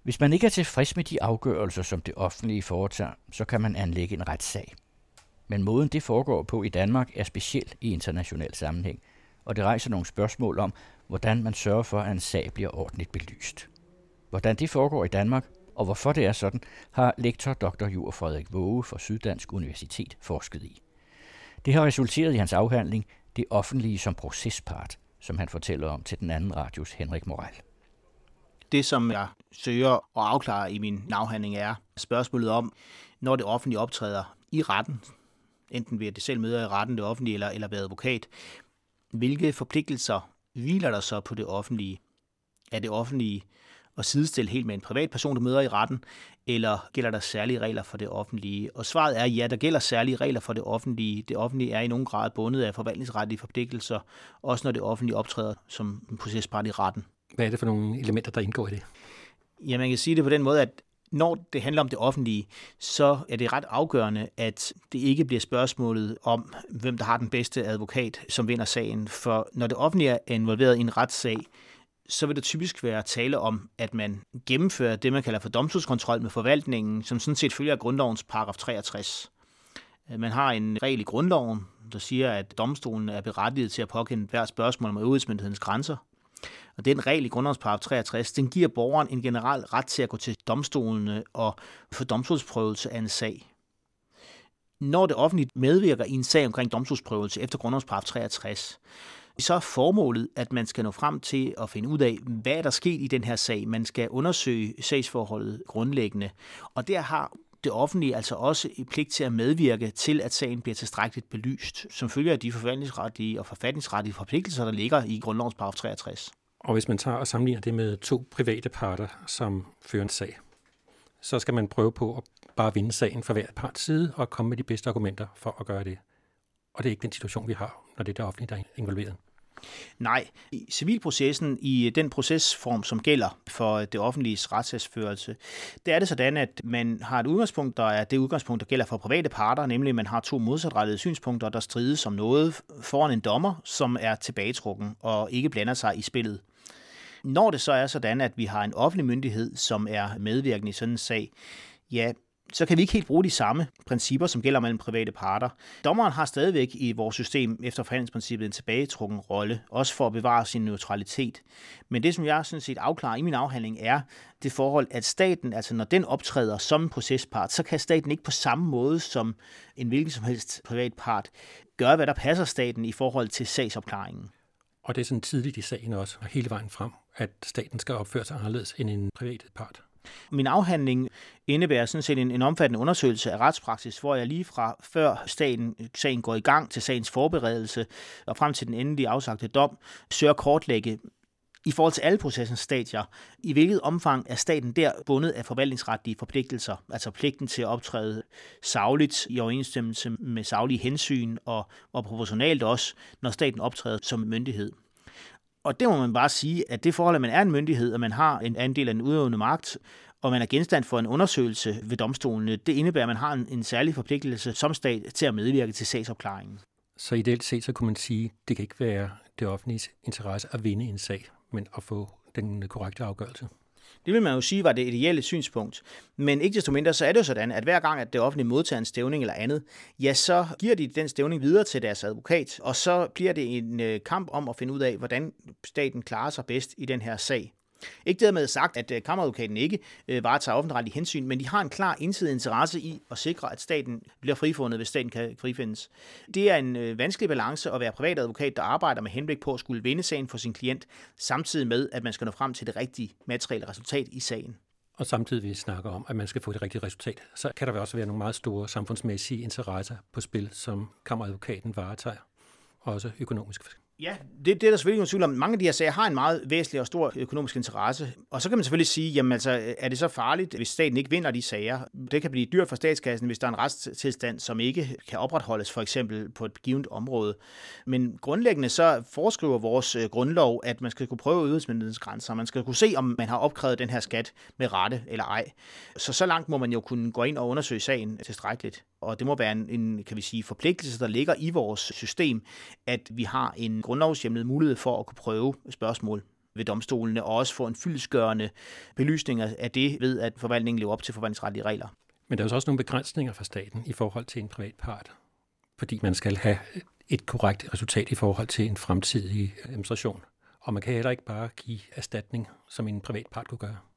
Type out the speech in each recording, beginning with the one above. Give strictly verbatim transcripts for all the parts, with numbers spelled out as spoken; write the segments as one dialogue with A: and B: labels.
A: Hvis man ikke er tilfreds med de afgørelser, som det offentlige foretager, så kan man anlægge en retssag. Men måden det foregår på i Danmark er specielt i international sammenhæng, og det rejser nogle spørgsmål om, hvordan man sørger for, at en sag bliver ordentligt belyst. Hvordan det foregår i Danmark, og hvorfor det er sådan, har lektor doktor jur. Frederik Waage fra Syddansk Universitet forsket i. Det har resulteret i hans afhandling Det offentlige som procespart, som han fortæller om til den anden radios Henrik Moral.
B: Det, som jeg søger at afklare i min afhandling, er spørgsmålet om, når det offentlige optræder i retten, enten ved at det selv møder i retten, det offentlige eller, eller ved advokat, hvilke forpligtelser hviler der så på det offentlige? Er det offentlige at sidestille helt med en privatperson, der møder i retten, eller gælder der særlige regler for det offentlige? Og svaret er, ja, der gælder særlige regler for det offentlige. Det offentlige er i nogen grad bundet af forvaltningsretlige forpligtelser, også når det offentlige optræder som en procespart i retten.
C: Hvad er det for nogle elementer, der indgår i det?
B: Ja, man kan sige det på den måde, at når det handler om det offentlige, så er det ret afgørende, at det ikke bliver spørgsmålet om, hvem der har den bedste advokat, som vinder sagen. For når det offentlige er involveret i en retssag, så vil det typisk være tale om, at man gennemfører det, man kalder for domstolskontrol med forvaltningen, som sådan set følger grundlovens paragraf treogtres. Man har en regel i grundloven, der siger, at domstolen er berettiget til at påkende hvert spørgsmål om øvrighedsmyndighedens grænser. Og den regel i grundlovens paragraf treogtres, den giver borgeren en generel ret til at gå til domstolene og få domstolsprøvelse af en sag. Når det offentligt medvirker i en sag omkring domstolsprøvelse efter grundlovens paragraf treogtres, så er formålet, at man skal nå frem til at finde ud af, hvad der er sket i den her sag. Man skal undersøge sagsforholdet grundlæggende, og der har det offentlige altså også i pligt til at medvirke til, at sagen bliver tilstrækkeligt belyst, som følger af de forvaltningsretlige og forfatningsretlige forpligtelser, der ligger i grundlovens paragraf treogtres.
C: Og hvis man tager og sammenligner det med to private parter, som fører en sag, så skal man prøve på at bare vinde sagen fra hver parts side og komme med de bedste argumenter for at gøre det. Og det er ikke den situation, vi har, når det er det offentlige, der er involveret.
B: Nej, i civilprocessen, i den procesform, som gælder for det offentliges retssagsførelse, der er det sådan, at man har et udgangspunkt, der er det udgangspunkt, der gælder for private parter, nemlig at man har to modsatrettede synspunkter, der strides om noget foran en dommer, som er tilbagetrukken og ikke blander sig i spillet. Når det så er sådan, at vi har en offentlig myndighed, som er medvirkende i sådan en sag, ja, så kan vi ikke helt bruge de samme principper, som gælder mellem private parter. Dommeren har stadigvæk i vores system efter forhandlingsprincippet en tilbagetrukken rolle, også for at bevare sin neutralitet. Men det, som jeg sådan set afklarer i min afhandling, er det forhold, at staten, altså når den optræder som en procespart, så kan staten ikke på samme måde som en hvilken som helst privat part gøre, hvad der passer staten i forhold til sagsopklaringen.
C: Og det er sådan tidligt i sagen også, og hele vejen frem, at staten skal opføre sig anderledes end en privat part.
B: Min afhandling indebærer sådan set en, en omfattende undersøgelse af retspraksis, hvor jeg lige fra før staten, sagen går i gang til sagens forberedelse og frem til den endelige afsagte dom, søger at kortlægge i forhold til alle processens stadier, i hvilket omfang er staten der bundet af forvaltningsretlige forpligtelser, altså pligten til at optræde sagligt i overensstemmelse med saglige hensyn og, og proportionalt også, når staten optræder som myndighed. Og det må man bare sige, at det forhold, at man er en myndighed, og man har en andel af den udøvende magt, og man er genstand for en undersøgelse ved domstolene, det indebærer, at man har en, en særlig forpligtelse som stat til at medvirke til sagsopklaringen.
C: Så ideelt set, så kunne man sige, at det kan ikke være det offentliges interesse at vinde en sag, men at få den korrekte afgørelse.
B: Det vil man jo sige var det ideelle synspunkt. Men ikke desto mindre, så er det jo sådan, at hver gang, at det offentlige modtager en stævning eller andet, ja, så giver de den stævning videre til deres advokat, og så bliver det en kamp om at finde ud af, hvordan staten klarer sig bedst i den her sag. Ikke dermed sagt, at kammeradvokaten ikke øh, varetager offentligretlige hensyn, men de har en klar ensidig interesse i at sikre, at staten bliver frifundet, hvis staten kan frifindes. Det er en øh, vanskelig balance at være privatadvokat, der arbejder med henblik på at skulle vinde sagen for sin klient, samtidig med, at man skal nå frem til det rigtige materielle resultat i sagen.
C: Og samtidig vi snakker om, at man skal få det rigtige resultat, så kan der også være nogle meget store samfundsmæssige interesser på spil, som kammeradvokaten varetager, og også økonomisk.
B: Ja, det, det er der selvfølgelig ingen tvivl om. Mange af de her sager har en meget væsentlig og stor økonomisk interesse. Og så kan man selvfølgelig sige, jamen altså, er det så farligt, hvis staten ikke vinder de sager? Det kan blive dyrt for statskassen, hvis der er en retstilstand, som ikke kan opretholdes, for eksempel på et givet område. Men grundlæggende så foreskriver vores grundlov, at man skal kunne prøve øvrighedsmyndighedens grænser. Man skal kunne se, om man har opkrævet den her skat med rette eller ej. Så så langt må man jo kunne gå ind og undersøge sagen tilstrækkeligt. Og det må være en, en kan vi sige, forpligtelse, der ligger i vores system, at vi har en grundlovshjemlet mulighed for at kunne prøve spørgsmål ved domstolene, og også få en fyldestgørende belysning af det ved, at forvaltningen lever op til forvaltningsretlige regler.
C: Men der er jo også nogle begrænsninger for staten i forhold til en privat part, fordi man skal have et korrekt resultat i forhold til en fremtidig administration. Og man kan heller ikke bare give erstatning, som en privat part kunne gøre.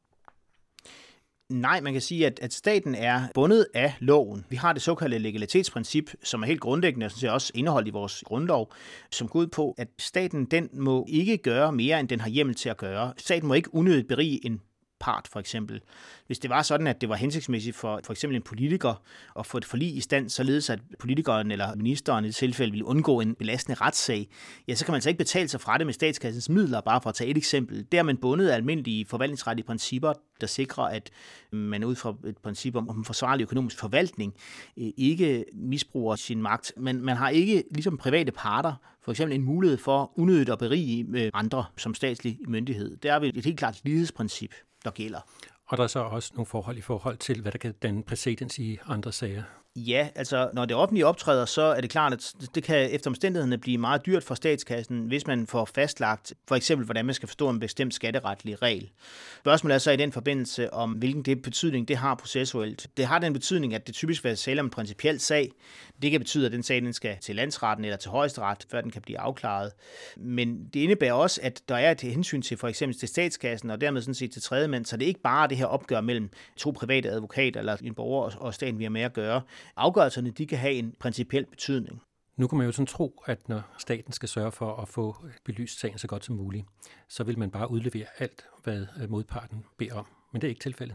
B: Nej, man kan sige, at, at staten er bundet af loven. Vi har det såkaldte legalitetsprincip, som er helt grundlæggende, og sådan også indeholdt i vores grundlov, som går ud på, at staten den må ikke gøre mere, end den har hjemmel til at gøre. Staten må ikke unødigt berige en part, for eksempel. Hvis det var sådan, at det var hensigtsmæssigt for for eksempel en politiker at få et forlig i stand, således at politikeren eller ministeren i det tilfælde ville undgå en belastende retssag, ja, så kan man altså ikke betale sig fra det med statskassens midler, bare for at tage et eksempel. Der er man bundet af almindelige forvaltningsretlige principper, der sikrer, at man ud fra et princip om, om forsvarlig økonomisk forvaltning ikke misbruger sin magt. Men man har ikke, ligesom private parter, for eksempel en mulighed for unødigt at berige andre som statslig myndighed. Der er et helt klart lighedsprincip, der gælder.
C: Og der er så også nogle forhold i forhold til, hvad der kan danne præcedens i andre sager.
B: Ja, altså når det offentlige optræder, så er det klart, at det kan efter omstændighederne blive meget dyrt for statskassen, hvis man får fastlagt for eksempel, hvordan man skal forstå en bestemt skatteretlig regel. Spørgsmålet er så i den forbindelse om, hvilken det betydning det har processuelt. Det har den betydning, at det typisk vil tale om en principiel sag. Det kan betyde, at den sag den skal til landsretten eller til højesteret, før den kan blive afklaret. Men det indebærer også, at der er et hensyn til for eksempel til statskassen og dermed sådan set til tredjemand, så det er ikke bare det her opgør mellem to private advokater eller en borger og staten, vi har med at gøre. Afgørelserne, de kan have en principiel betydning.
C: Nu kan man jo sådan tro, at når staten skal sørge for at få belyst sagen så godt som muligt, så vil man bare udlevere alt, hvad modparten beder om. Men det er ikke tilfældet.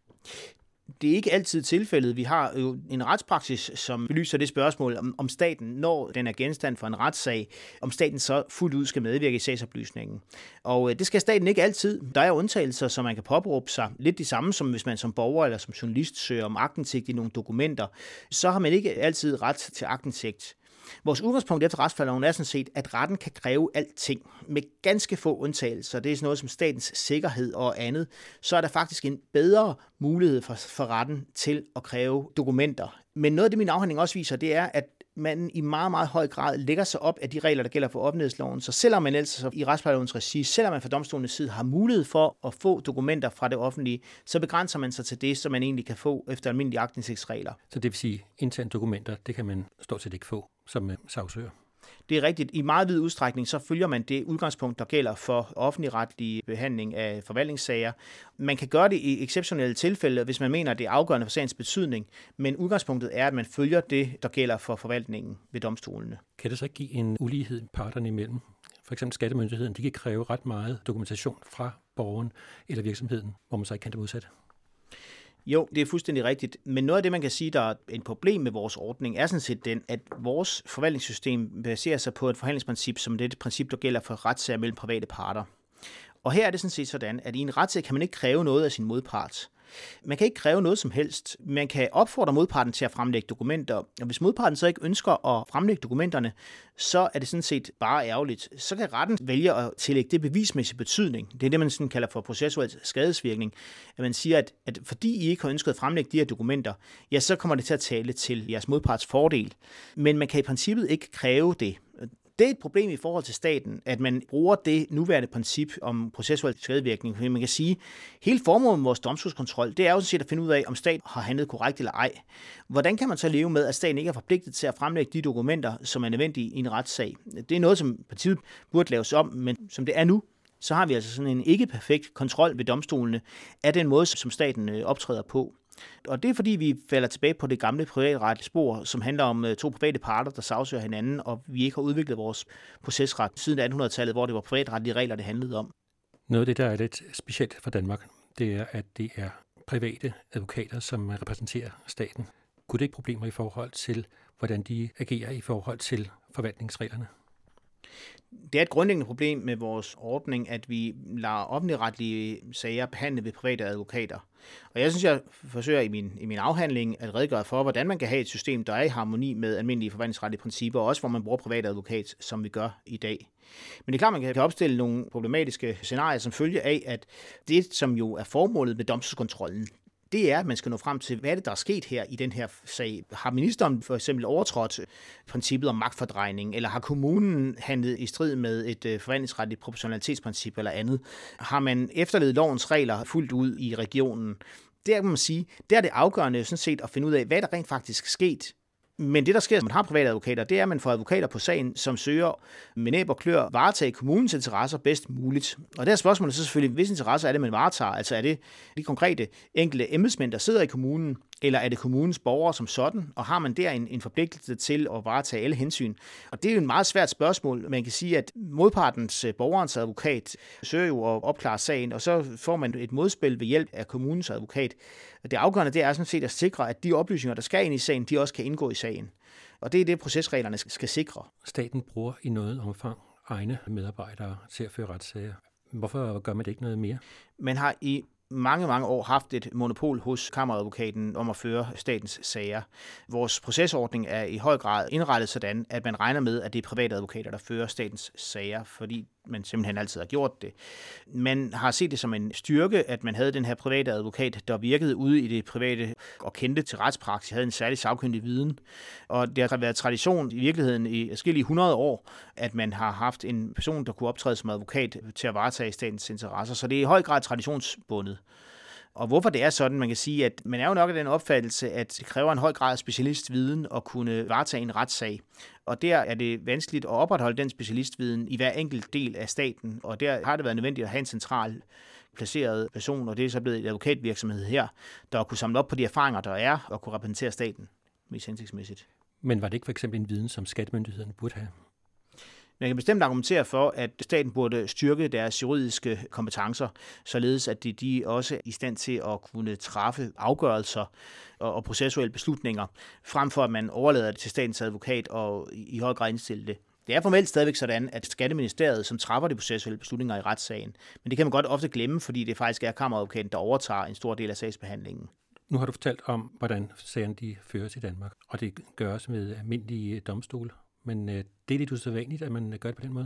B: Det er ikke altid tilfældet. Vi har jo en retspraksis, som belyser det spørgsmål, om, om staten, når den er genstand for en retssag, om staten så fuldt ud skal medvirke i sagsoplysningen. Og det skal staten ikke altid. Der er undtagelser, som man kan påberåbe sig. Lidt de samme, som hvis man som borger eller som journalist søger om aktindsigt i nogle dokumenter. Så har man ikke altid ret til aktindsigt. Vores udgangspunkt efter retsplejeloven er sådan set, at retten kan kræve alting med ganske få undtagelser. Det er sådan noget som statens sikkerhed og andet. Så er der faktisk en bedre mulighed for, for retten til at kræve dokumenter. Men noget af det, min afhandling også viser, det er, at man i meget, meget høj grad lægger sig op af de regler, der gælder for offentlighedsloven. Så selvom man altså i retsplejelovens regi, selvom man fra domstolenes side har mulighed for at få dokumenter fra det offentlige, så begrænser man sig til det, som man egentlig kan få efter almindelige aktindsigtsregler.
C: Så det vil sige, interne dokumenter, det kan man stort set ikke få som sagsøger?
B: Det er rigtigt. I meget vid udstrækning så følger man det udgangspunkt, der gælder for offentligretlig behandling af forvaltningssager. Man kan gøre det i exceptionelle tilfælde, hvis man mener, at det er afgørende for sagens betydning, men udgangspunktet er, at man følger det, der gælder for forvaltningen ved domstolene.
C: Kan det så ikke give en ulighed parterne imellem? For eksempel skattemyndigheden, de kan kræve ret meget dokumentation fra borgeren eller virksomheden, hvor man så ikke kan det modsatte.
B: Jo, det er fuldstændig rigtigt. Men noget af det, man kan sige, der er et problem med vores ordning, er sådan set den, at vores forvaltningssystem baserer sig på et forhandlingsprincip, som det er et princip, der gælder for retssager mellem private parter. Og her er det sådan set sådan, at i en retssag kan man ikke kræve noget af sin modpart. Man kan ikke kræve noget som helst. Man kan opfordre modparten til at fremlægge dokumenter, og hvis modparten så ikke ønsker at fremlægge dokumenterne, så er det sådan set bare ærgerligt. Så kan retten vælge at tillægge det bevismæssig betydning. Det er det, man sådan kalder for processuel skadesvirkning. At man siger, at, at fordi I ikke har ønsket at fremlægge de her dokumenter, ja, så kommer det til at tale til jeres modparts fordel. Men man kan i princippet ikke kræve det. Det er et problem i forhold til staten, at man bruger det nuværende princip om processuel skadevirkning. For man kan sige, at hele formålet med vores domstolskontrol, det er jo set at finde ud af, om staten har handlet korrekt eller ej. Hvordan kan man så leve med, at staten ikke er forpligtet til at fremlægge de dokumenter, som er nødvendige i en retssag? Det er noget, som princippet burde laves om, men som det er nu, så har vi altså sådan en ikke perfekt kontrol ved domstolene af den måde, som staten optræder på. Og det er fordi, vi falder tilbage på det gamle privatretlige spor, som handler om to private parter, der sagsøger hinanden, og vi ikke har udviklet vores procesret siden attenhundredetallet, hvor det var privatretlige regler, det handlede om.
C: Noget af det, der er lidt specielt for Danmark, det er, at det er private advokater, som repræsenterer staten. Kunne det ikke problemer i forhold til, hvordan de agerer i forhold til forvaltningsreglerne?
B: Det er et grundlæggende problem med vores ordning, at vi lader offentligretlige sager behandle ved private advokater. Og jeg synes, jeg forsøger i min, i min afhandling at redegøre for, hvordan man kan have et system, der er i harmoni med almindelige forvaltningsretlige principper, og også hvor man bruger private advokat, som vi gør i dag. Men det er klart, man kan opstille nogle problematiske scenarier som følge af, at det, som jo er formålet med domstolskontrollen, det er, at man skal nå frem til, hvad er det, der er sket her i den her sag. Har ministeren for eksempel overtrådt princippet om magtfordrejning, eller har kommunen handlet i strid med et forvaltningsretligt proportionalitetsprincip eller andet? Har man efterlevet lovens regler fuldt ud i regionen? Der kan man sige, der er det afgørende sådan set at finde ud af, hvad der rent faktisk sket. Men det, der sker, når man har private advokater, det er, at man får advokater på sagen, som søger med næb og klør varetage kommunens interesser bedst muligt. Og der er spørgsmålet så selvfølgelig, hvis interesser er det, man varetager? Altså er det de konkrete enkelte embedsmænd, der sidder i kommunen, eller er det kommunens borgere som sådan? Og har man der en, en forpligtelse til at varetage alle hensyn? Og det er jo et meget svært spørgsmål. Man kan sige, at modpartens borgerens advokat søger jo at opklare sagen, og så får man et modspil ved hjælp af kommunens advokat. Det afgørende det er sådan set at sikre, at de oplysninger, der skal ind i sagen, de også kan indgå i sagen. Og det er det, procesreglerne skal sikre.
C: Staten bruger i noget omfang egne medarbejdere til at føre retssager. Hvorfor gør man det ikke noget mere?
B: Man har i mange, mange år haft et monopol hos kammeradvokaten om at føre statens sager. Vores procesordning er i høj grad indrettet sådan, at man regner med, at det er private advokater, der fører statens sager, fordi man simpelthen altid har gjort det. Man har set det som en styrke, at man havde den her private advokat, der virkede ude i det private og kendte til retspraksis, havde en særlig sagkyndig viden. Og det har været tradition i virkeligheden i forskellige hundrede år, at man har haft en person, der kunne optræde som advokat til at varetage statens interesser. Så det er i høj grad traditionsbundet. Og hvorfor det er sådan, man kan sige, at man er jo nok af den opfattelse, at det kræver en høj grad af specialistviden at kunne varetage en retssag. Og der er det vanskeligt at opretholde den specialistviden i hver enkelt del af staten, og der har det været nødvendigt at have en central placeret person, og det er så blevet en advokatvirksomhed her, der kunne samle op på de erfaringer, der er, og kunne repræsentere staten mest hensigtsmæssigt.
C: Men var det ikke for eksempel en viden, som skattemyndighederne burde have?
B: Man kan bestemt argumentere for, at staten burde styrke deres juridiske kompetencer, således at de, de også er i stand til at kunne træffe afgørelser og, og processuelle beslutninger, frem for at man overlader det til statens advokat og i, i høj grad indstille det. Det er formelt stadigvæk sådan, at Skatteministeriet, som træffer de processuelle beslutninger i retssagen, men det kan man godt ofte glemme, fordi det faktisk er kammeradvokaten, der overtager en stor del af sagsbehandlingen.
C: Nu har du fortalt om, hvordan sagerne de føres i Danmark, og det gøres med almindelige domstole. Men øh, det er lidt usædvanligt, at man gør det på den måde?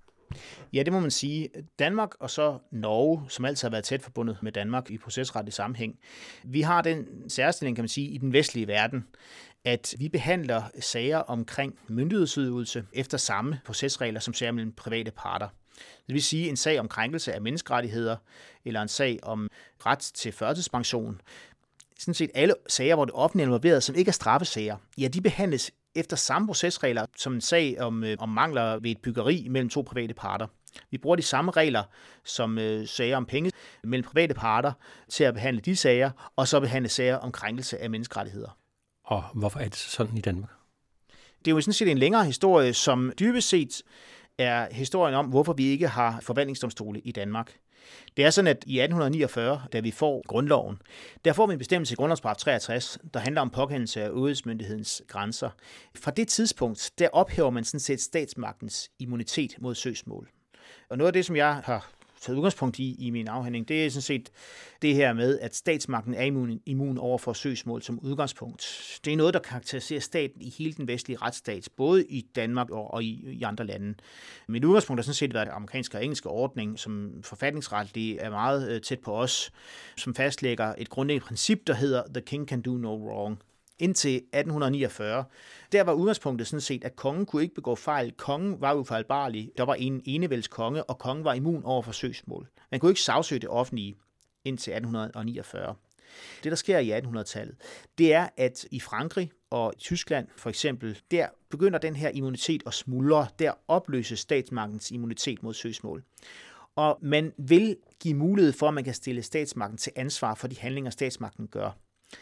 B: Ja, det må man sige. Danmark og så Norge, som altid har været tæt forbundet med Danmark i procesretlig sammenhæng. Vi har den særstilling, kan man sige, i den vestlige verden, at vi behandler sager omkring myndighedsudøvelse efter samme procesregler som sager mellem private parter. Det vil sige en sag om krænkelse af menneskerettigheder, eller en sag om ret til førtidspension. Sådan set alle sager, hvor det offentlige er involveret, som ikke er straffesager, ja, de behandles efter samme procesregler som en sag om, øh, om mangler ved et byggeri mellem to private parter. Vi bruger de samme regler som øh, sager om penge mellem private parter til at behandle de sager, og så behandle sager om krænkelse af menneskerettigheder.
C: Og hvorfor er det sådan i Danmark?
B: Det er jo sådan set en længere historie, som dybest set er historien om, hvorfor vi ikke har forvaltningsdomstole i Danmark. Det er sådan, at i atten niogfyrre, da vi får grundloven, der får vi en bestemmelse i grundlovsparagraf treogtres, der handler om påkendelse af øvrighedsmyndighedens grænser. Fra det tidspunkt, der ophæver man sådan set statsmagtens immunitet mod søgsmål. Og noget af det, som jeg har taget udgangspunkt i i min afhandling, det er sådan set det her med, at statsmagten er immun, immun over for søgsmål som udgangspunkt. Det er noget, der karakteriserer staten i hele den vestlige retsstat, både i Danmark og, og i, i andre lande. Mit udgangspunkt har sådan set været den amerikanske og engelske ordning, som forfatningsretligt er meget øh, tæt på os, som fastlægger et grundlæggende princip, der hedder The King can do no wrong. Indtil atten niogfyrre, der var udgangspunktet sådan set, at kongen kunne ikke begå fejl. Kongen var ufejlbarlig. Der var en enevælds konge, og kongen var immun over for søgsmål. Man kunne ikke sagsøge det offentlige indtil atten niogfyrre. Det, der sker i attenhundredetallet, det er, at i Frankrig og Tyskland for eksempel, der begynder den her immunitet at smuldre. Der opløses statsmagtens immunitet mod søgsmål. Og man vil give mulighed for, at man kan stille statsmagten til ansvar for de handlinger, statsmagten gør.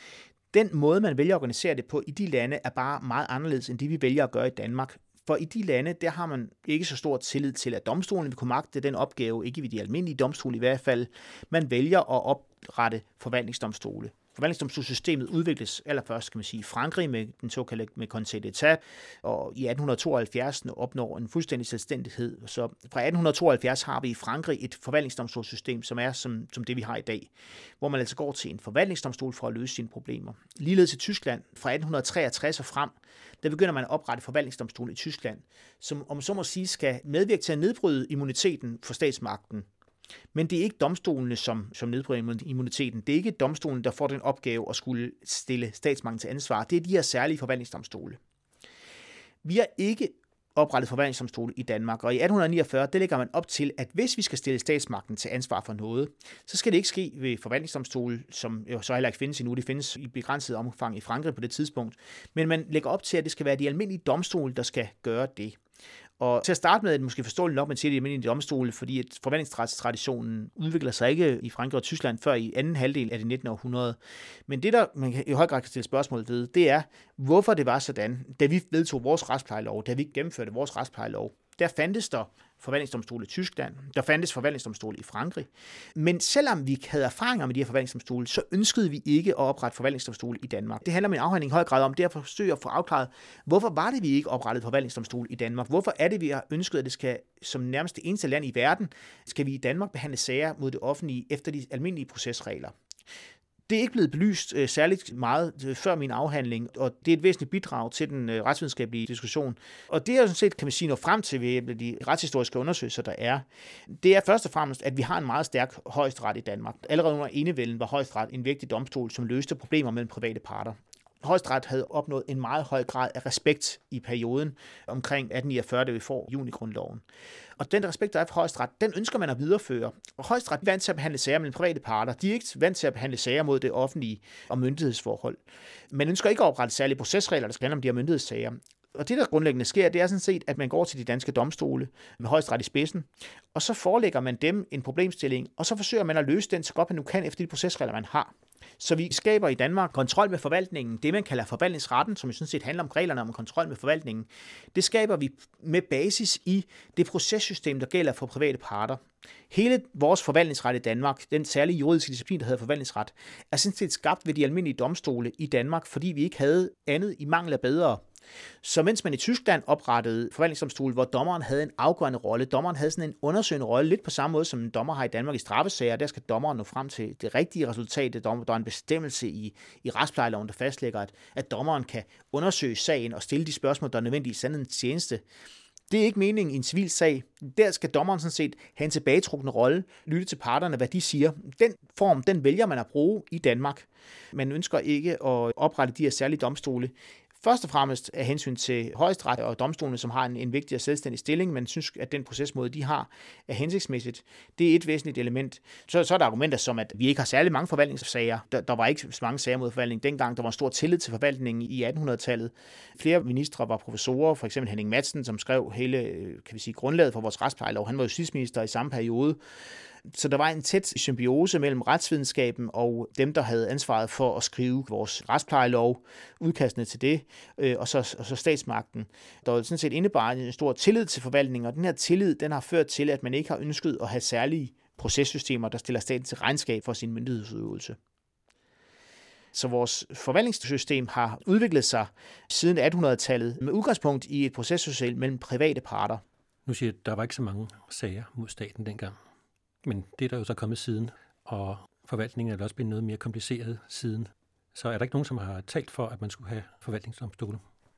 B: Den måde, man vælger at organisere det på i de lande, er bare meget anderledes end det, vi vælger at gøre i Danmark. For i de lande, der har man ikke så stor tillid til, at domstolen vil kunne magte den opgave, ikke ved de almindelige domstole i hvert fald. Man vælger at oprette forvaltningsdomstole. Forvaltningsdomstolssystemet udvikles allerførst, kan man sige, i Frankrig med den såkaldte med Conseil d'État, og i atten tooghalvfjerds opnår en fuldstændig selvstændighed. Så fra atten tooghalvfjerds har vi i Frankrig et forvaltningsdomstolssystem, som er som, som det, vi har i dag, hvor man altså går til en forvaltningsdomstol for at løse sine problemer. Ligeledes i Tyskland, fra atten treogtres og frem, der begynder man at oprette forvaltningsdomstolen i Tyskland, som om så må sige skal medvirke til at nedbryde immuniteten for statsmagten. Men det er ikke domstolene, som, som nedbryder immuniteten. Det er ikke domstolen, der får den opgave at skulle stille statsmagten til ansvar. Det er de her særlige forvaltningsdomstole. Vi har ikke oprettet forvaltningsdomstole i Danmark, og i atten niogfyrre, der lægger man op til, at hvis vi skal stille statsmagten til ansvar for noget, så skal det ikke ske ved forvaltningsdomstole, som jo så heller ikke findes endnu. Det findes i begrænset omfang i Frankrig på det tidspunkt. Men man lægger op til, at det skal være de almindelige domstole, der skal gøre det. Og til at starte med, er det måske forståeligt nok, man siger, at det er almindelige domstole, fordi at forvaltningsretstraditionen udvikler sig ikke i Frankrig og Tyskland før i anden halvdel af det nittende århundrede. Men det, der man i høj grad kan stille spørgsmål ved, det er, hvorfor det var sådan, da vi vedtog vores retsplejelov, da vi gennemførte vores retsplejelov, der fandtes der forvaltningsdomstole i Tyskland, der fandtes forvaltningsdomstole i Frankrig. Men selvom vi havde erfaringer med de her forvaltningsdomstole, så ønskede vi ikke at oprette forvaltningsdomstole i Danmark. Det handler med en afhandling i høj grad om det at forsøge at få afklaret, hvorfor var det, vi ikke oprettede forvaltningsdomstole i Danmark? Hvorfor er det, vi har ønsket, at det skal, som nærmest det eneste land i verden, skal vi i Danmark behandle sager mod det offentlige efter de almindelige procesregler? Det er ikke blevet belyst øh, særligt meget øh, før min afhandling, og det er et væsentligt bidrag til den øh, retsvidenskabelige diskussion. Og det er jo sådan set, kan man sige, nå frem til ved de retshistoriske undersøgelser, der er. Det er først og fremmest, at vi har en meget stærk højesteret i Danmark. Allerede under enevælden var højesteret en vigtig domstol, som løste problemer mellem private parter. Højesteret havde opnået en meget høj grad af respekt i perioden omkring atten niogfyrre, da vi får junigrundloven. Og den respekt, der er for højesteret, den ønsker man at videreføre. Og højesteret er vant til at behandle sager mellem private parter. De er ikke vant til at behandle sager mod det offentlige og myndighedsforhold. Man ønsker ikke at oprette særlige procesregler, der skal handle om de her myndighedssager. Og det, der grundlæggende sker, det er sådan set, at man går til de danske domstole med højesteret i spidsen, og så forelægger man dem en problemstilling, og så forsøger man at løse den så godt man nu kan efter de procesregler, man har. Så vi skaber i Danmark kontrol med forvaltningen, det man kalder forvaltningsretten, som jo sådan set handler om reglerne om kontrol med forvaltningen. Det skaber vi med basis i det processystem, der gælder for private parter. Hele vores forvaltningsret i Danmark, den særlige juridiske disciplin, der hedder forvaltningsret, er sådan set skabt ved de almindelige domstole i Danmark, fordi vi ikke havde andet i mangel af bedre. Så mens man i Tyskland oprettede forvaltningsdomstole, hvor dommeren havde en afgørende rolle, dommeren havde sådan en undersøgende rolle, lidt på samme måde som en dommer har i Danmark i straffesager, der skal dommeren nå frem til det rigtige resultat. Der er en bestemmelse i, i retsplejeloven, der fastlægger, at, at dommeren kan undersøge sagen og stille de spørgsmål, der er nødvendige i sandhedens tjeneste. Det er ikke meningen i en civil sag. Der skal dommeren sådan set have en tilbagetrukkende rolle, lytte til parterne, hvad de siger. Den form, den vælger man at bruge i Danmark. Man ønsker ikke at oprette de her særlige domstole. Først og fremmest af hensyn til højesteret og domstolene, som har en, en vigtig og selvstændig stilling, men synes, at den procesmåde, de har, er hensigtsmæssigt. Det er et væsentligt element. Så, så er der argumenter som, at vi ikke har særlig mange forvaltningssager. Der, der var ikke så mange sager mod forvaltningen dengang. Der var en stor tillid til forvaltningen i attenhundredetallet. Flere ministre var professorer, for eksempel Henning Madsen, som skrev hele, kan vi sige, grundlaget for vores retsplejelov. Han var justitsminister i samme periode. Så der var en tæt symbiose mellem retsvidenskaben og dem, der havde ansvaret for at skrive vores retsplejelov, udkastene til det, og så, og så statsmagten. Der var sådan set indebar en stor tillid til forvaltningen, og den her tillid, den har ført til, at man ikke har ønsket at have særlige processystemer, der stiller staten til regnskab for sin myndighedsudøvelse. Så vores forvaltningssystem har udviklet sig siden attenhundredetallet med udgangspunkt i et processystem mellem private parter.
C: Nu siger jeg, at der var ikke så mange sager mod staten dengang. Men det er der jo så kommet siden, og forvaltningen er også blevet noget mere kompliceret siden. Så er der ikke nogen, som har talt for, at man skulle have forvaltningsdomstole?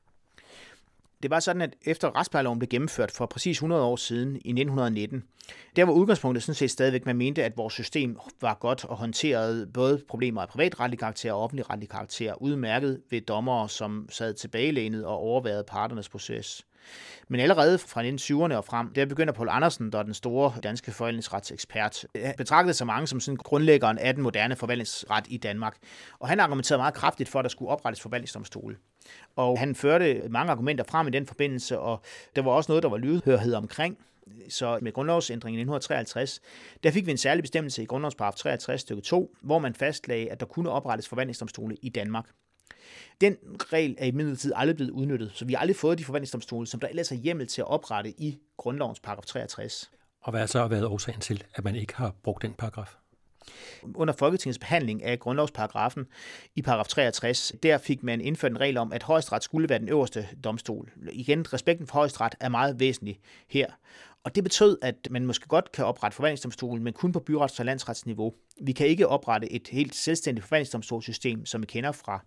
B: Det var sådan, at efter retsplejeloven blev gennemført for præcis hundrede år siden i nitten nitten, der var udgangspunktet sådan set stadigvæk, man mente, at vores system var godt og håndterede både problemer af privatretlig karakter og offentlig retlig karakter, udmærket ved dommere, som sad tilbagelænet og overværede parternes proces. Men allerede fra nitten tyverne og frem, der begynder Poul Andersen, der er den store danske forvaltningsretsekspert, betragtet så mange som sådan grundlæggeren af den moderne forvaltningsret i Danmark. Og han argumenterede meget kraftigt for, at der skulle oprettes forvaltningsdomstole. Og han førte mange argumenter frem i den forbindelse, og der var også noget, der var lydhørhed omkring. Så med grundlovsændringen i nitten treoghalvtreds, der fik vi en særlig bestemmelse i grundlovsparagraf treoghalvtreds stykke to, hvor man fastlagde, at der kunne oprettes forvaltningsdomstole i Danmark. Den regel er imidlertid aldrig blevet udnyttet, så vi har aldrig fået de forvaltningsdomstole, som der ellers er hjemmel til at oprette i grundlovens paragraf treogtres.
C: Og hvad har så været årsagen til, at man ikke har brugt den paragraf?
B: Under Folketingets behandling af grundlovsparagrafen i paragraf treogtres, der fik man indført en regel om, at højesteret skulle være den øverste domstol. Igen, respekten for højesteret er meget væsentlig her. Og det betød, at man måske godt kan oprette forvaltningsdomstolen, men kun på byrets- og landsretsniveau. Vi kan ikke oprette et helt selvstændigt forvaltningsdomstolssystem, som vi kender fra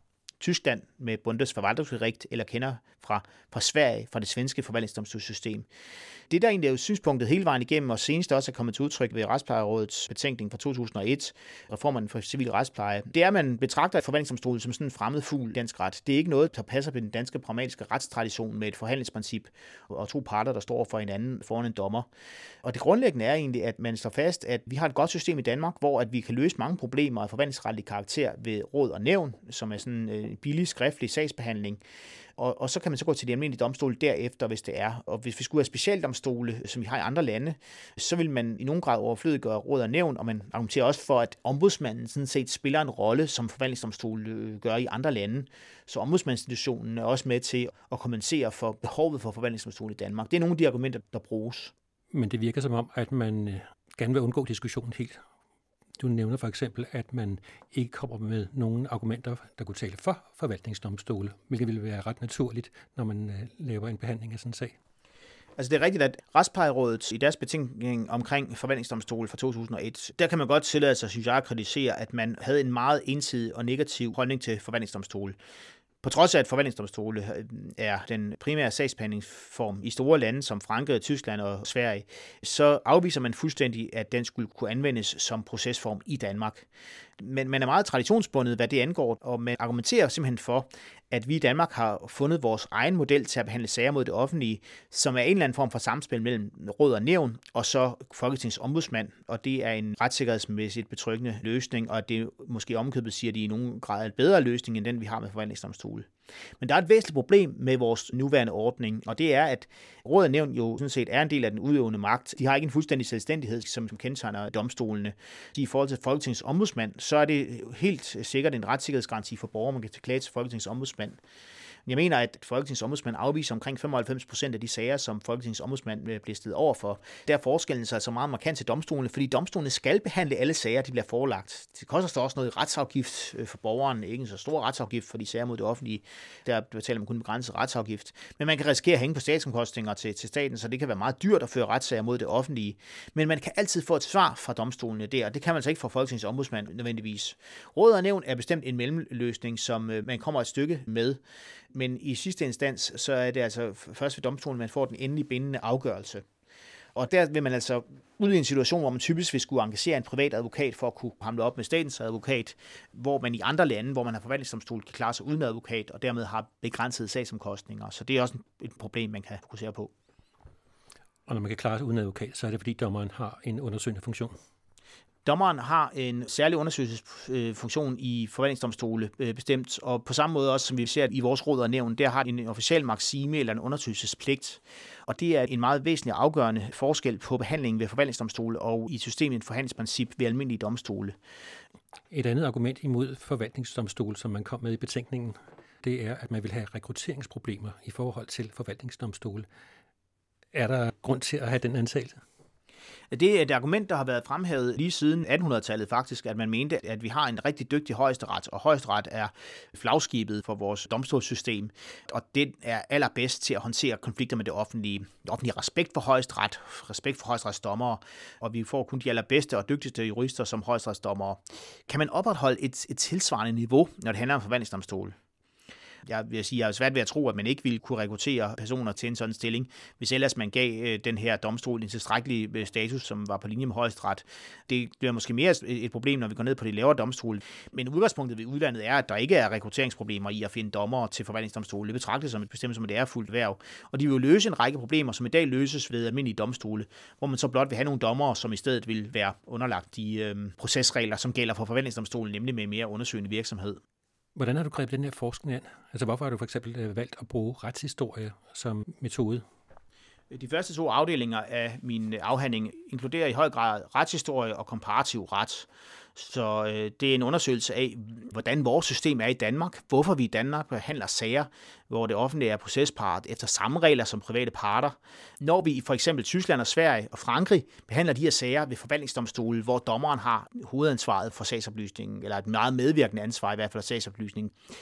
B: Tyskland med Bundesverwaltungsgericht, eller kender fra, fra Sverige, fra det svenske forvaltningsdomstolssystem. Det, der egentlig er jo synspunktet hele vejen igennem, og senest også er kommet til udtryk ved Retsplejerådets betænkning fra to tusind og et, reformen for civil retspleje, det er, at man betragter forvaltningsdomstolen som sådan en fremmed fugl i dansk ret. Det er ikke noget, der passer på den danske pragmatiske retstradition med et forhandlingsprincip og to parter, der står for hinanden foran en dommer. Og det grundlæggende er egentlig, at man slår fast, at vi har et godt system i Danmark, hvor at vi kan løse mange problemer af forvaltningsretlig karakter ved råd og nævn, som er sådan en billig skriftlig sagsbehandling. Og, og så kan man så gå til de almindelige domstole derefter, hvis det er. Og hvis vi skulle have specialdomstole, som vi har i andre lande, så vil man i nogen grad overflødiggøre råd og nævn, og man argumenterer også for, at ombudsmanden sådan set spiller en rolle, som forvaltningsdomstole gør i andre lande. Så ombudsmandsinstitutionen er også med til at kompensere for behovet for forvaltningsdomstole i Danmark. Det er nogle af de argumenter, der bruges.
C: Men det virker som om, at man gerne vil undgå diskussionen helt. Du nævner for eksempel, at man ikke kommer med nogle argumenter, der kunne tale for forvaltningsdomstole, hvilket ville være ret naturligt, når man laver en behandling af sådan en sag.
B: Altså det er rigtigt, at Retsplejerådet i deres betænkning omkring forvaltningsdomstole fra to tusind og et, der kan man godt tillade sig, synes jeg, at kritisere, at man havde en meget ensidig og negativ holdning til forvaltningsdomstole. På trods af, at forvaltningsdomstole er den primære sagsbehandlingsform i store lande som Frankrig, Tyskland og Sverige, så afviser man fuldstændig, at den skulle kunne anvendes som procesform i Danmark. Men man er meget traditionsbundet, hvad det angår, og man argumenterer simpelthen for, at vi i Danmark har fundet vores egen model til at behandle sager mod det offentlige, som er en eller anden form for samspil mellem råd og nævn, og så Folketingets ombudsmand, og det er en retssikkerhedsmæssigt betryggende løsning, og det måske omkøbet siger, at de i nogen grad er en bedre løsning, end den vi har med forvaltningsdomstole. Men der er et væsentligt problem med vores nuværende ordning, og det er, at råd og nævn jo sådan set er en del af den udøvende magt. De har ikke en fuldstændig selvstændighed, som kendetegner domstolene. De i forhold til Folketingets ombudsmand, så er det helt sikkert en retssikkerhedsgaranti for borgere, man kan klage til Folketingets ombudsmand. Jeg mener, at Folketingets ombudsmand afviser omkring femoghalvfems procent af de sager, som Folketingets ombudsmand bliver stillet over for. Der er forskellen så altså meget markant til domstolene, fordi domstolene skal behandle alle sager, de bliver forelagt. Det koster så også noget retsafgift for borgeren, ikke en så stor retsafgift for de sager mod det offentlige. Der betaler man kun begrænset retsafgift. Men man kan risikere at hænge på statsomkostninger til, til staten, så det kan være meget dyrt at føre retssager mod det offentlige. Men man kan altid få et svar fra domstolene der, og det kan man så ikke fra Folketingets ombudsmand nødvendigvis. Råd og nævn er bestemt en mellemløsning, som man kommer et stykke med. Men i sidste instans, så er det altså først ved domstolen, man får den endelige bindende afgørelse. Og der vil man altså ud i en situation, hvor man typisk vil skulle engagere en privat advokat for at kunne hamle op med statens advokat, hvor man i andre lande, hvor man har forvaltningsdomstol, kan klare sig uden advokat, og dermed har begrænsede sagsomkostninger. Så det er også et problem, man kan fokusere på.
C: Og når man kan klare sig uden advokat, så er det fordi dommeren har en undersøgende funktion.
B: Dommeren har en særlig undersøgelsesfunktion i forvaltningsdomstole bestemt, og på samme måde også, som vi ser i vores råd og nævn, der har en officiel maksime eller en undersøgelsespligt. Og det er en meget væsentlig afgørende forskel på behandlingen ved forvaltningsdomstole og i systemet forhandlingsprincip ved almindelige domstole.
C: Et andet argument imod forvaltningsdomstole, som man kom med i betænkningen, det er, at man vil have rekrutteringsproblemer i forhold til forvaltningsdomstole. Er der grund til at have den antagelse?
B: Det er et argument, der har været fremhævet lige siden attenhundredetallet faktisk, at man mente, at vi har en rigtig dygtig højesteret, og højesteret er flagskibet for vores domstolssystem, og det er allerbedst til at håndtere konflikter med det offentlige. Det offentlige respekt for højesteret, respekt for højesteretsdommere, og vi får kun de allerbedste og dygtigste jurister som højesteretsdommere. Kan man opretholde et, et tilsvarende niveau, når det handler om forvaltningsdomstol? Jeg vil sige, jeg er svært ved at tro, at man ikke ville kunne rekruttere personer til en sådan stilling, hvis ellers man gav den her domstol en tilstrækkelig status, som var på linje med højesteret. Det bliver måske mere et problem, når vi går ned på de lavere domstole. Men udgangspunktet ved udlandet er, at der ikke er rekrutteringsproblemer i at finde dommer til forvaltningsdomstole. Det betragtes som et bestemt som et ærefuldt værv. Og de vil jo løse en række problemer, som i dag løses ved almindelige domstole, hvor man så blot vil have nogle dommere, som i stedet vil være underlagt de øh, procesregler, som gælder for forvaltningsdomstolen, nemlig med mere undersøgende virksomhed.
C: Hvordan har du grebet den her forskning an? Altså, hvorfor har du for eksempel valgt at bruge retshistorie som metode?
B: De første to afdelinger af min afhandling inkluderer i høj grad retshistorie og komparativ ret. Så øh, det er en undersøgelse af, hvordan vores system er i Danmark, hvorfor vi i Danmark behandler sager, hvor det offentlige er procespart efter samme regler som private parter. Når vi i for eksempel Tyskland og Sverige og Frankrig behandler de her sager ved forvaltningsdomstole, hvor dommeren har hovedansvaret for sagsoplysningen, eller et meget medvirkende ansvar i hvert fald for sagsoplysningen.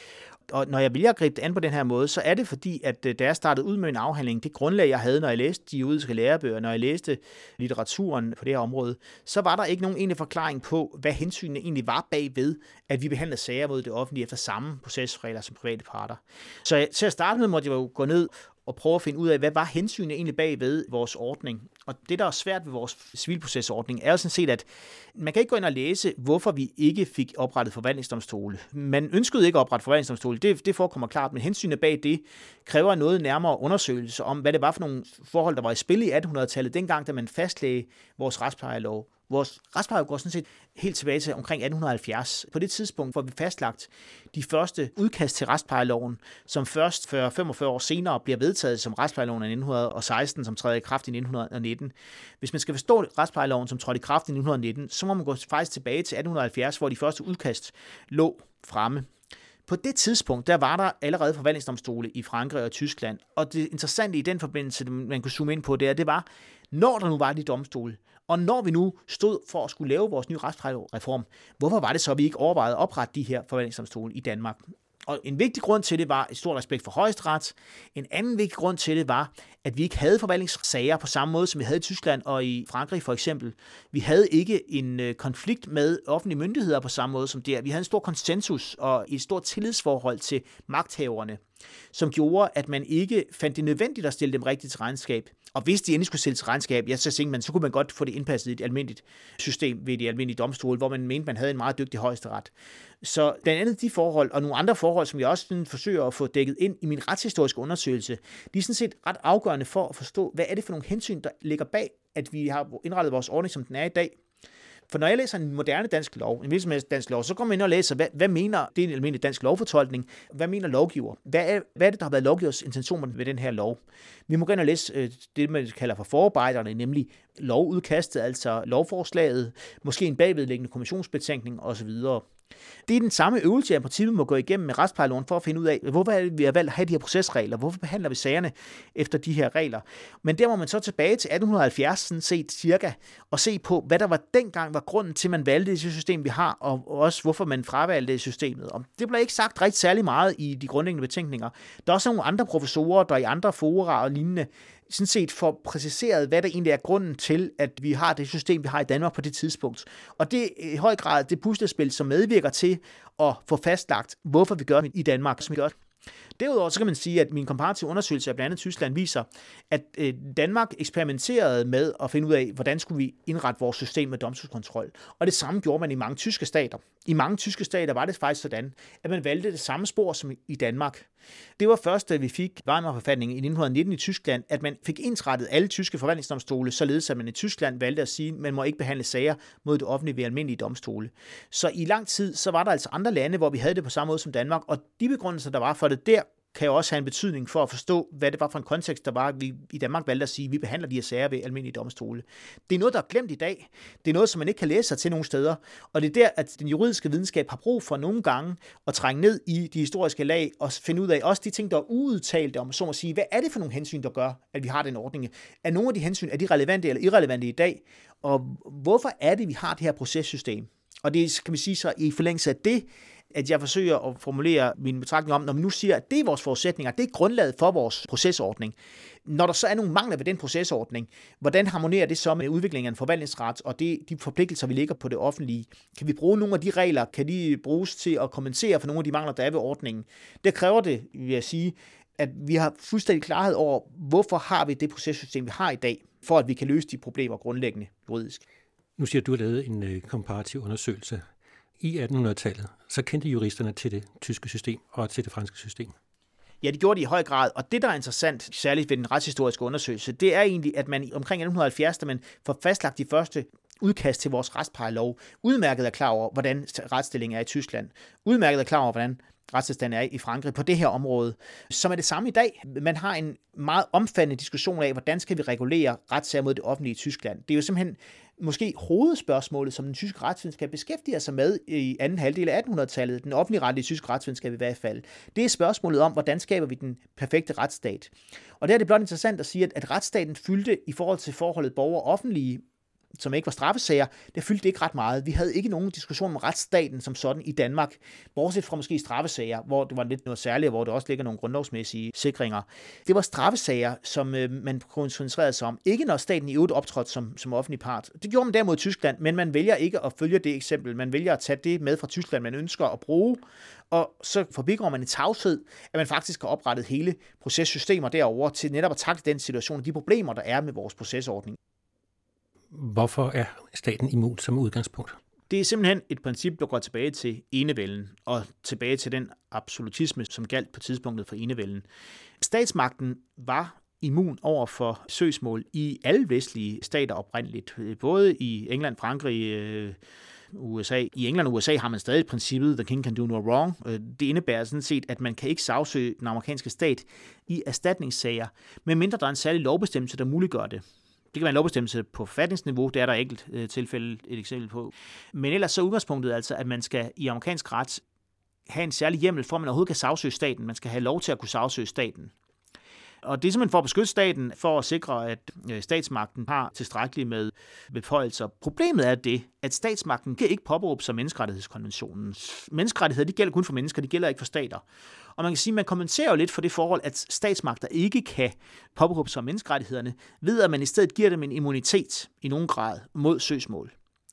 B: Og når jeg vælger at gribe det an på den her måde, så er det fordi, at da jeg startede ud med en afhandling, det grundlag, jeg havde, når jeg læste de juridiske lærebøger, når jeg læste litteraturen på det her område, så var der ikke nogen egentlig forklaring på, hvad hensynene egentlig var bagved, at vi behandlede sager mod det offentlige efter samme procesregler som private parter. Så til at starte med måtte jeg jo gå ned og prøve at finde ud af, hvad var hensynene egentlig bagved vores ordning. Og det, der er svært ved vores civilprocesordning, er jo sådan set, at man kan ikke gå ind og læse, hvorfor vi ikke fik oprettet forvaltningsdomstole. Man ønskede ikke at oprette forvaltningsdomstole, det, det forekommer klart, men hensynene bag det kræver noget nærmere undersøgelse om, hvad det var for nogle forhold, der var i spil i attenhundredetallet, dengang, da man fastlagde vores retsplejelov. Vores retsplejelov går sådan set helt tilbage til omkring atten halvfjerds. På det tidspunkt får vi fastlagt de første udkast til retsplejeloven, som først fyrre til femogfyrre år senere bliver vedtaget som retsplejeloven af nitten seksten, som træder i kraft i nitten nitten. Hvis man skal forstå retsplejeloven, som trådte i kraft i nitten nitten, så må man gå faktisk tilbage til atten halvfjerds, hvor de første udkast lå fremme. På det tidspunkt, der var der allerede forvaltningsdomstole i Frankrig og Tyskland, og det interessante i den forbindelse, man kunne zoome ind på, det, er, det var, når der nu var de domstole, og når vi nu stod for at skulle lave vores nye retsplejereform, hvorfor var det så, at vi ikke overvejede at oprette de her forvaltningsdomstole i Danmark? Og en vigtig grund til det var et stort respekt for Højesteret. En anden vigtig grund til det var, at vi ikke havde forvaltningssager på samme måde, som vi havde i Tyskland og i Frankrig for eksempel. Vi havde ikke en konflikt med offentlige myndigheder på samme måde som der. Vi havde en stor konsensus og et stort tillidsforhold til magthaverne, som gjorde, at man ikke fandt det nødvendigt at stille dem rigtigt til regnskab. Og hvis de endelig skulle stilles til regnskab, ja, så tænkte man, så kunne man godt få det indpasset i et almindeligt system ved de almindelige domstole, hvor man mente, man havde en meget dygtig højesteret. Så blandt andet de forhold, og nogle andre forhold, som jeg også sådan forsøger at få dækket ind i min retshistoriske undersøgelse, de er sådan set ret afgørende for at forstå, hvad er det for nogle hensyn, der ligger bag, at vi har indrettet vores ordning, som den er i dag. For når jeg læser en moderne dansk lov, en hvilken dansk lov, så går man ind og læser, hvad, hvad mener det er en almindelig dansk lovfortolkning? Hvad mener lovgiver? Hvad er, hvad er det, der har været lovgivers intention med den her lov? Vi må gå ind og læse øh, det, man kalder for forarbejderne, nemlig lovudkastet, altså lovforslaget, måske en bagvedliggende kommissionsbetænkning osv. Det er den samme øvelse, jeg i princippet må gå igennem med retsplejeloven for at finde ud af, hvorfor er det, vi har valgt at have de her procesregler, hvorfor behandler vi sagerne efter de her regler. Men der må man så tilbage til atten halvfjerds sådan set cirka, og se på, hvad der var dengang var grunden til, at man valgte det system, vi har, og også hvorfor man fravalgte systemet. Og det blev ikke sagt rigtig særlig meget i de grundlæggende betænkninger. Der er også nogle andre professorer, der i andre fora og lignende, sådan set får præciseret, hvad der egentlig er grunden til, at vi har det system, vi har i Danmark på det tidspunkt. Og det er i høj grad det puslespil, som medvirker til at få fastlagt, hvorfor vi gør det i Danmark, som vi gør. Derudover så kan man sige, at min komparative undersøgelse af blandt andet Tyskland viser, at Danmark eksperimenterede med at finde ud af, hvordan skulle vi indrette vores system med domstolskontrol. Og det samme gjorde man i mange tyske stater. I mange tyske stater var det faktisk sådan, at man valgte det samme spor som i Danmark. Det var først, da vi fik Weimar-forfatningen i nitten nitten i Tyskland, at man fik ensrettet alle tyske forvaltningsdomstole, således at man i Tyskland valgte at sige, at man må ikke behandle sager mod det offentlige ved almindelige domstole. Så i lang tid, så var der altså andre lande, hvor vi havde det på samme måde som Danmark, og de begrundelser, der var for det der, kan jo også have en betydning for at forstå, hvad det var for en kontekst, der var, at vi i Danmark valgte at sige, at vi behandler de her sager ved almindelige domstole. Det er noget, der er glemt i dag. Det er noget, som man ikke kan læse sig til nogle steder. Og det er der, at den juridiske videnskab har brug for nogle gange at trænge ned i de historiske lag og finde ud af også de ting, der er uudtalte om, så må sige, hvad er det for nogle hensyn, der gør, at vi har den ordning? Er nogle af de hensyn, er de relevante eller irrelevante i dag? Og hvorfor er det, vi har det her processystem? Og det kan vi sige så i forlængelse af det, at jeg forsøger at formulere min betragtning om, når man nu siger, at det er vores forudsætninger, det er grundlaget for vores procesordning. Når der så er nogle mangler ved den procesordning, hvordan harmonerer det så med udviklingen af en forvaltningsret og det, de forpligtelser, vi lægger på det offentlige? Kan vi bruge nogle af de regler? Kan de bruges til at kompensere for nogle af de mangler, der er ved ordningen? Det kræver det, vil jeg sige, at vi har fuldstændig klarhed over, hvorfor har vi det processystem, vi har i dag, for at vi kan løse de problemer grundlæggende juridisk.
C: Nu siger du, at du har lavet en øh, komparativ undersøgelse. I attenhundredetallet, så kendte juristerne til det tyske system og til det franske system.
B: Ja, det gjorde de i høj grad, og det, der er interessant, særligt ved den retshistoriske undersøgelse, det er egentlig, at man omkring atten halvfjerds, da man får fastlagt de første udkast til vores retsplejelov, udmærket er klar over, hvordan retsstillingen er i Tyskland, udmærket er klar over, hvordan retstilstanden er i Frankrig på det her område, som er det samme i dag. Man har en meget omfattende diskussion af, hvordan skal vi regulere retssager mod det offentlige i Tyskland. Det er jo simpelthen måske hovedspørgsmålet, som den tyske retsvidenskab beskæftiger sig med i anden halvdel af attenhundredetallet, den offentlige retlige tyske retsvidenskab i hvert fald. Det er spørgsmålet om, hvordan skaber vi den perfekte retsstat. Og der er det blot interessant at sige, at, at retsstaten fyldte i forhold til forholdet borger-offentlige som ikke var straffesager, det fyldte ikke ret meget. Vi havde ikke nogen diskussion om retsstaten som sådan i Danmark, bortset fra måske straffesager, hvor det var lidt noget særligt, hvor der også ligger nogle grundlovsmæssige sikringer. Det var straffesager, som øh, man koncentrerede sig om. Ikke når staten i øvrigt optrådte som, som offentlig part. Det gjorde man derimod i Tyskland, men man vælger ikke at følge det eksempel. Man vælger at tage det med fra Tyskland, man ønsker at bruge, og så forbigår man i tavshed, at man faktisk har oprettet hele processystemer derover til netop at takle den situation og de problemer, der er med vores procesordning.
C: Hvorfor er staten immun som udgangspunkt?
B: Det er simpelthen et princip, der går tilbage til enevælden og tilbage til den absolutisme, som galt på tidspunktet for enevælden. Statsmagten var immun over for søgsmål i alle vestlige stater oprindeligt, både i England, Frankrig, U S A. I England og U S A har man stadig princippet, the king can do no wrong. Det indebærer sådan set, at man kan ikke sagsøge den amerikanske stat i erstatningssager, medmindre der er en særlig lovbestemmelse, der muliggør det. Det kan være en lovbestemmelse på forfatningsniveau, det er der enkelt øh, tilfælde et eksempel på. Men ellers så er udgangspunktet altså, at man skal i amerikansk ret have en særlig hjemmel for, at man overhovedet kan sagsøge staten. Man skal have lov til at kunne sagsøge staten. Og det er simpelthen for at beskytte staten, for at sikre, at statsmagten har tilstrækkeligt med beføjelser. Problemet er det, at statsmagten kan ikke påberåbe sig menneskerettighedskonventionen. Menneskerettigheder, de gælder kun for mennesker, de gælder ikke for stater. Og man kan sige, at man kommenterer jo lidt for det forhold, at statsmagter ikke kan påberåbe sig menneskerettighederne, ved at man i stedet giver dem en immunitet i nogen grad mod søgsmål.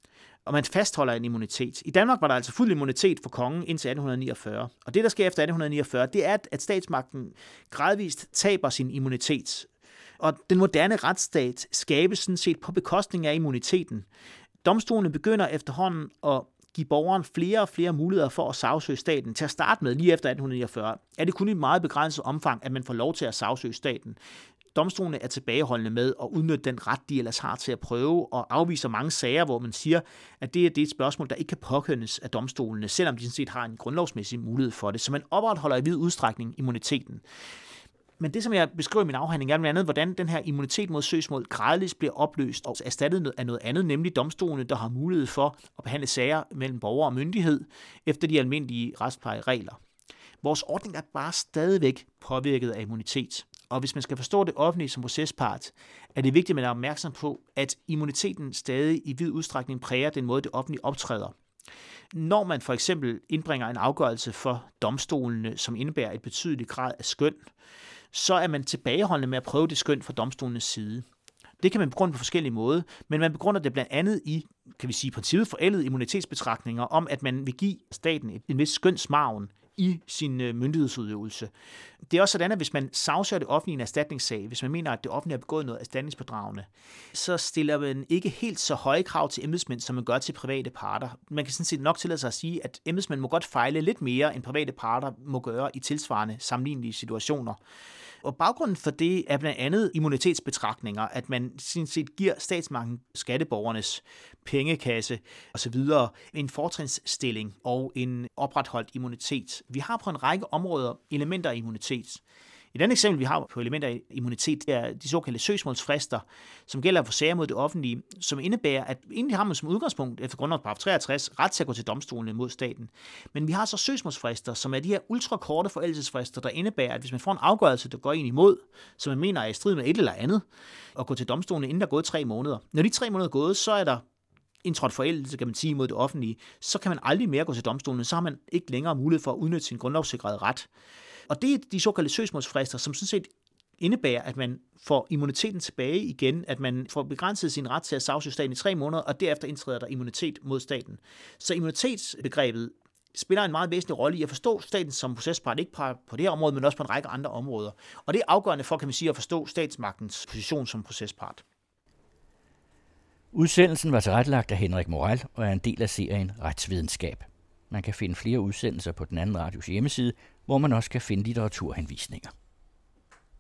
B: Og man fastholder en immunitet. I Danmark var der altså fuld immunitet for kongen indtil atten niogfyrre. Og det, der sker efter atten niogfyrre, det er, at statsmagten gradvist taber sin immunitet. Og den moderne retsstat skabes sådan set på bekostning af immuniteten. Domstolene begynder efterhånden at give borgeren flere og flere muligheder for at sagsøge staten. Til at starte med, lige efter atten niogfyrre, er det kun i meget begrænset omfang, at man får lov til at sagsøge staten. Domstolene er tilbageholdende med at udnytte den ret, de ellers har til at prøve, og afviser mange sager, hvor man siger, at det er det et spørgsmål, der ikke kan påkønnes af domstolene, selvom de sådan set har en grundlovsmæssig mulighed for det. Så man opretholder i vid udstrækning immuniteten. Men det, som jeg beskriver i min afhandling, er blandt andet, hvordan den her immunitet mod søgsmål gradvist bliver opløst og erstattet af noget andet, nemlig domstolene, der har mulighed for at behandle sager mellem borger og myndighed efter de almindelige retsplejeregler. Vores ordning er bare stadigvæk påvirket af immunitet. Og hvis man skal forstå det offentlige som procespart, er det vigtigt, at man er opmærksom på, at immuniteten stadig i vid udstrækning præger den måde, det offentlige optræder. Når man for eksempel indbringer en afgørelse for domstolene, som indebærer et betydeligt grad af skøn, så er man tilbageholdende med at prøve det skøn fra domstolenes side. Det kan man begrunde på forskellige måder, men man begrunder det blandt andet i, kan vi sige, princippet forældede immunitetsbetragtninger om, at man vil give staten en vis skønsmargen i sin myndighedsudøvelse. Det er også sådan, at hvis man sagsøger det offentlige i en erstatningssag, hvis man mener, at det offentlige har begået noget erstatningsbedragende, så stiller man ikke helt så høje krav til embedsmænd, som man gør til private parter. Man kan sådan set nok tillade sig at sige, at embedsmænd må godt fejle lidt mere, end private parter må gøre i tilsvarende sammenlignelige situationer. Og baggrunden for det er blandt andet immunitetsbetragtninger, at man sådan set giver statsmagten, skatteborgernes pengekasse osv. en fortrinsstilling og en opretholdt immunitet. Vi har på en række områder elementer af immunitet. Et andet eksempel, vi har på elementer af immunitet, det er de såkaldte søgsmålsfrister, som gælder for sager mod det offentlige, som indebærer, at egentlig har man som udgangspunkt efter grundlovens paragraf treogtres ret til at gå til domstolene mod staten. Men vi har så søgsmålsfrister, som er de her ultrakorte forældelsesfrister, der indebærer, at hvis man får en afgørelse, der går en imod, som man mener er i strid med et eller andet, og gå til domstolene, inden der er gået tre måneder. Når de tre måneder er gået, så er der indtrådt forældelse, kan man sige, mod det offentlige, så kan man aldrig mere gå til domstolene, så har man ikke længere mulighed for at udnytte sin grundlovssikrede ret. Og det er de såkaldte søgsmålsfrister, som sådan set indebærer, at man får immuniteten tilbage igen, at man får begrænset sin ret til at sagsøge staten i tre måneder, og derefter indtræder der immunitet mod staten. Så immunitetsbegrebet spiller en meget væsentlig rolle i at forstå staten som procespart, ikke bare på det her område, men også på en række andre områder. Og det er afgørende for, kan man sige, at forstå statsmagtens position som procespart.
A: Udsendelsen var tilrettelagt af Henrik Moral og er en del af serien Retsvidenskab. Man kan finde flere udsendelser på den anden radios hjemmeside, hvor man også kan finde litteraturhenvisninger.